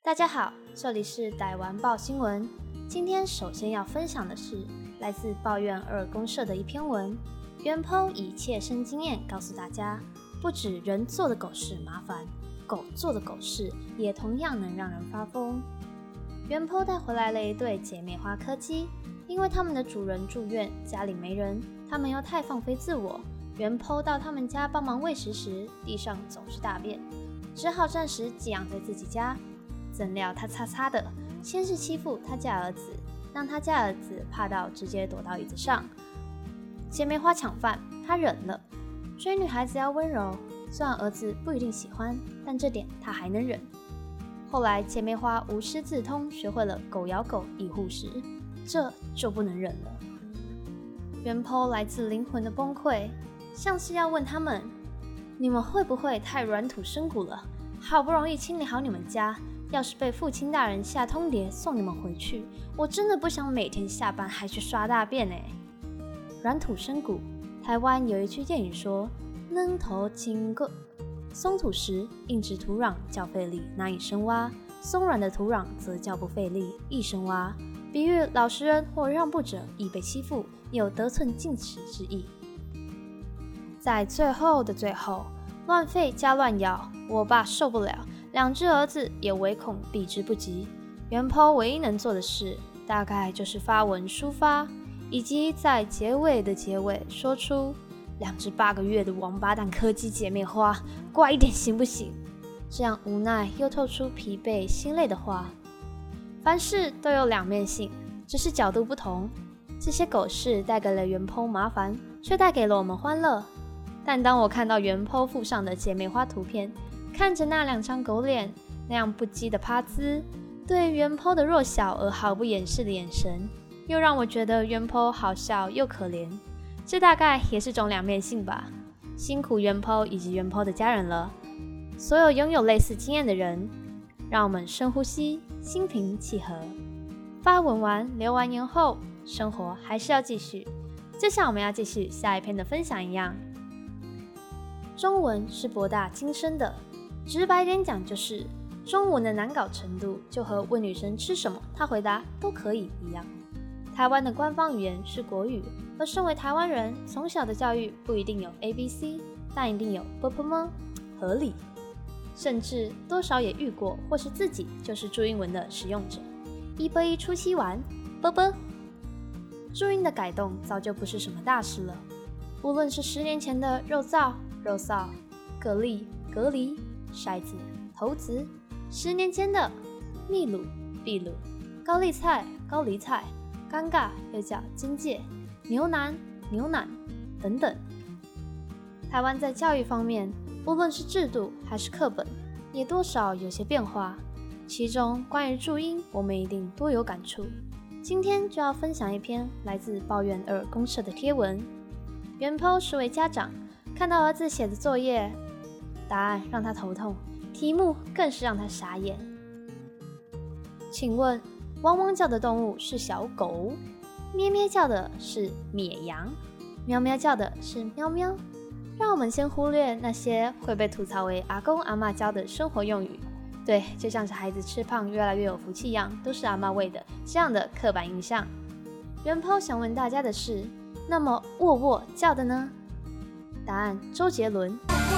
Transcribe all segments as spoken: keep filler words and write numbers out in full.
大家好，这里是逮完报新闻。今天首先要分享的是来自抱怨二公社的一篇文，原 po 以切身经验告诉大家，不止人做的狗事麻烦，狗做的狗事也同样能让人发疯。原 po 带回来了一对姐妹花柯基，因为他们的主人住院，家里没人，他们又太放飞自我。原 po 到他们家帮忙喂食时，地上总是大便，只好暂时寄养在自己家。怎料他擦擦的，先是欺负他家儿子，让他家儿子怕到直接躲到椅子上。姐妹花抢饭，他忍了。追女孩子要温柔，虽然儿子不一定喜欢，但这点他还能忍。后来姐妹花无师自通，学会了狗咬狗以护食，这就不能忍了。原 po 来自灵魂的崩溃，像是要问他们：你们会不会太软土生骨了？好不容易清理好你们家，要是被父亲大人下通牒送你们回去，我真的不想每天下班还去刷大便哎。软土生骨，台湾有一句谚语说：扔头轻个。松土时，硬质土壤较费力，难以深挖；松软的土壤则较不费力，易深挖。比喻老实人或让步者易被欺负，有得寸进尺之意。在最后的最后，乱吠加乱咬，我爸受不了，两只儿子也唯恐避之不及。原 po 唯一能做的事，大概就是发文抒发，以及在结尾的结尾说出两只八个月的王八蛋柯基姐妹花，乖一点行不行？这样无奈又透出疲惫心累的话。凡事都有两面性，只是角度不同。这些狗事带给了原 po 麻烦，却带给了我们欢乐。但当我看到原 po 附上的姐妹花图片，看着那两张狗脸，那样不羁的趴姿，对原 po 的弱小而毫不掩饰的眼神，又让我觉得原 po 好笑又可怜。这大概也是种两面性吧。辛苦原 po 以及原 po 的家人了。所有拥有类似经验的人，让我们深呼吸，心平气和。发文完留完言后，生活还是要继续，就像我们要继续下一篇的分享一样。中文是博大精深的，直白点讲就是中文的难搞程度就和问女生吃什么，她回答都可以一样。台湾的官方语言是国语，而身为台湾人，从小的教育不一定有 A B C， 但一定有 啵啵么，合理。甚至多少也遇过，或是自己就是注音文的使用者。一波一出七玩，啵啵。注音的改动早就不是什么大事了，无论是十年前的肉燥、肉臊、蛤蜊、隔离、筛子、头子，十年间的秘鲁、秘鲁、高丽菜、高丽菜。尴尬又叫金界、牛腩、牛腩等等。台湾在教育方面，无论是制度还是课本，也多少有些变化。其中关于注音，我们一定多有感触。今天就要分享一篇来自抱怨二公社的贴文。原 po 是位家长，看到儿子写的作业，答案让他头痛，题目更是让他傻眼。请问汪汪叫的动物是小狗，咩咩叫的是绵羊，喵喵叫的是喵喵。让我们先忽略那些会被吐槽为阿公阿嬷教的生活用语，对，就像是孩子吃胖越来越有福气一样，都是阿嬷喂的这样的刻板印象。原 po 想问大家的是，那么沃沃叫的呢？答案：周杰伦。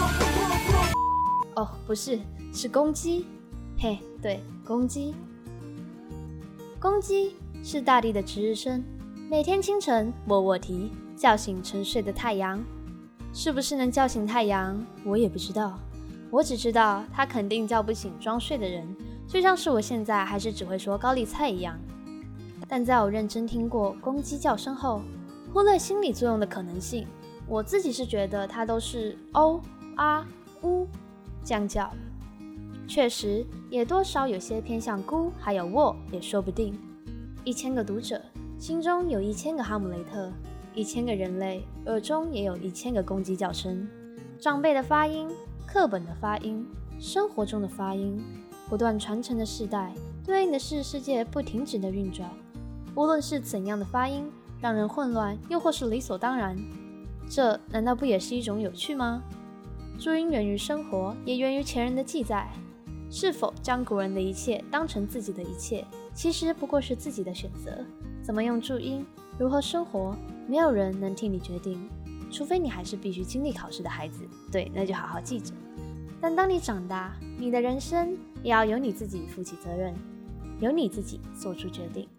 哦，不是，是公鸡。嘿，对，公鸡。公鸡是大地的值日生，每天清晨喔喔啼，叫醒沉睡的太阳。是不是能叫醒太阳，我也不知道。我只知道它肯定叫不醒装睡的人，就像是我现在还是只会说高丽菜一样。但在我认真听过公鸡叫声后，忽略心理作用的可能性，我自己是觉得它都是哦啊呜这样叫。确实，也多少有些偏向咕，还有喔也说不定。一千个读者，心中有一千个哈姆雷特，一千个人类耳中也有一千个公鸡叫声。长辈的发音，课本的发音，生活中的发音，不断传承的世代，对应的是世界不停止的运转。无论是怎样的发音，让人混乱，又或是理所当然，这难道不也是一种有趣吗？注音源于生活，也源于前人的记载。 是否将古人的一切当成自己的一切，其实不过是自己的选择。怎么用注音，如何生活，没有人能替你决定，除非你还是必须经历考试的孩子，对，那就好好记着。但当你长大，你的人生也要由你自己负起责任，由你自己做出决定。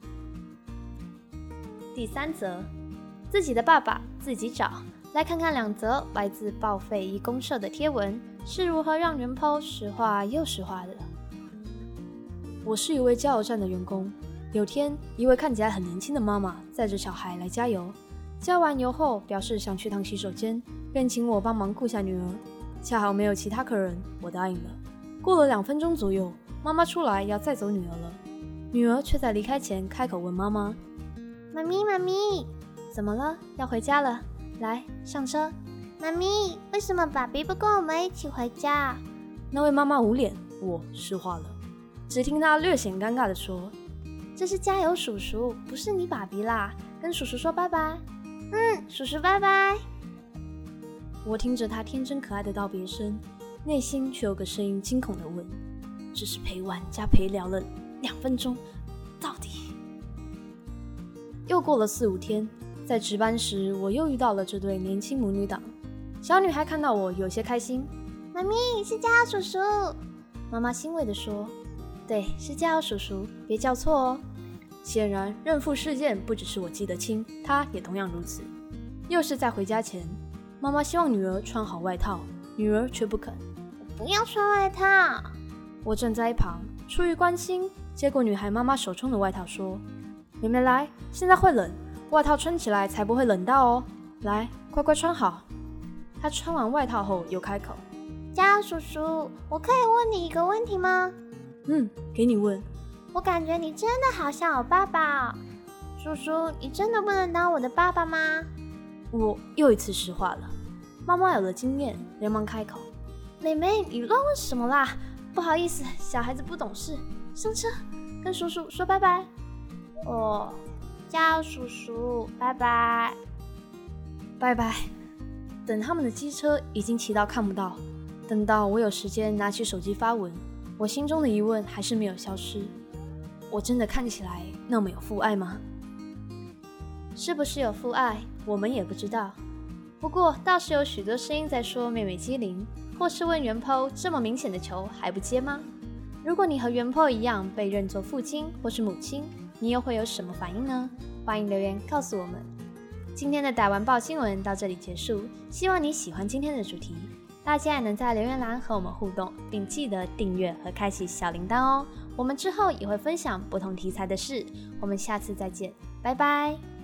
第三则，自己的爸爸自己找。来看看两则来自报废一公社的贴文是如何让原 po 实话又实话的。我是一位加油站的员工，有天一位看起来很年轻的妈妈载着小孩来加油，加完油后表示想去趟洗手间，便请我帮忙顾下女儿。恰好没有其他客人，我答应了。过了两分钟左右，妈妈出来要载走女儿了，女儿却在离开前开口问妈妈： 妈咪妈咪， 怎么了？要回家了？来，上车。 妈咪，为什么爸比不跟我们一起回家？ 那位妈妈捂脸，我实话了。只听她略显尴尬地说：这是加油叔叔，不是你爸比啦，跟叔叔说拜拜。 嗯，叔叔拜拜。 我听着她天真可爱的道别声，内心却有个声音惊恐地问：只是陪玩加陪聊了两分钟，到底？又过了四五天，在值班时，我又遇到了这对年轻母女档。小女孩看到我，有些开心。 妈咪，是加油叔叔。 妈妈欣慰地说：对，是加油叔叔，别叫错哦。显然，认父事件不只是我记得清，她也同样如此。又是在回家前，妈妈希望女儿穿好外套，女儿却不肯。 我不要穿外套。 我站在一旁，出于关心，接过女孩妈妈手中的外套，说：妹妹来，现在会冷。外套穿起来才不会冷到哦，来，快快穿好。他穿完外套后又开口： 加油叔叔，我可以问你一个问题吗？ 嗯，给你问。 我感觉你真的好像我爸爸哦。叔叔，你真的不能当我的爸爸吗？ 我又一次实话了。妈妈有了经验，连忙开口：妹妹，你乱问什么啦？不好意思，小孩子不懂事。上车，跟叔叔说拜拜。 哦。加油叔叔，拜拜， 拜拜。等他们的机车已经骑到看不到，等到我有时间拿起手机发文，我心中的疑问还是没有消失。我真的看起来那么有父爱吗？是不是有父爱，我们也不知道。不过倒是有许多声音在说妹妹机灵，或是问原 po 这么明显的球还不接吗？如果你和原 po 一样被认作父亲或是母亲，你又会有什么反应呢？欢迎留言告诉我们。今天的逮完报新闻到这里结束，希望你喜欢今天的主题。大家也能在留言栏和我们互动，并记得订阅和开启小铃铛哦。我们之后也会分享不同题材的事，我们下次再见，拜拜。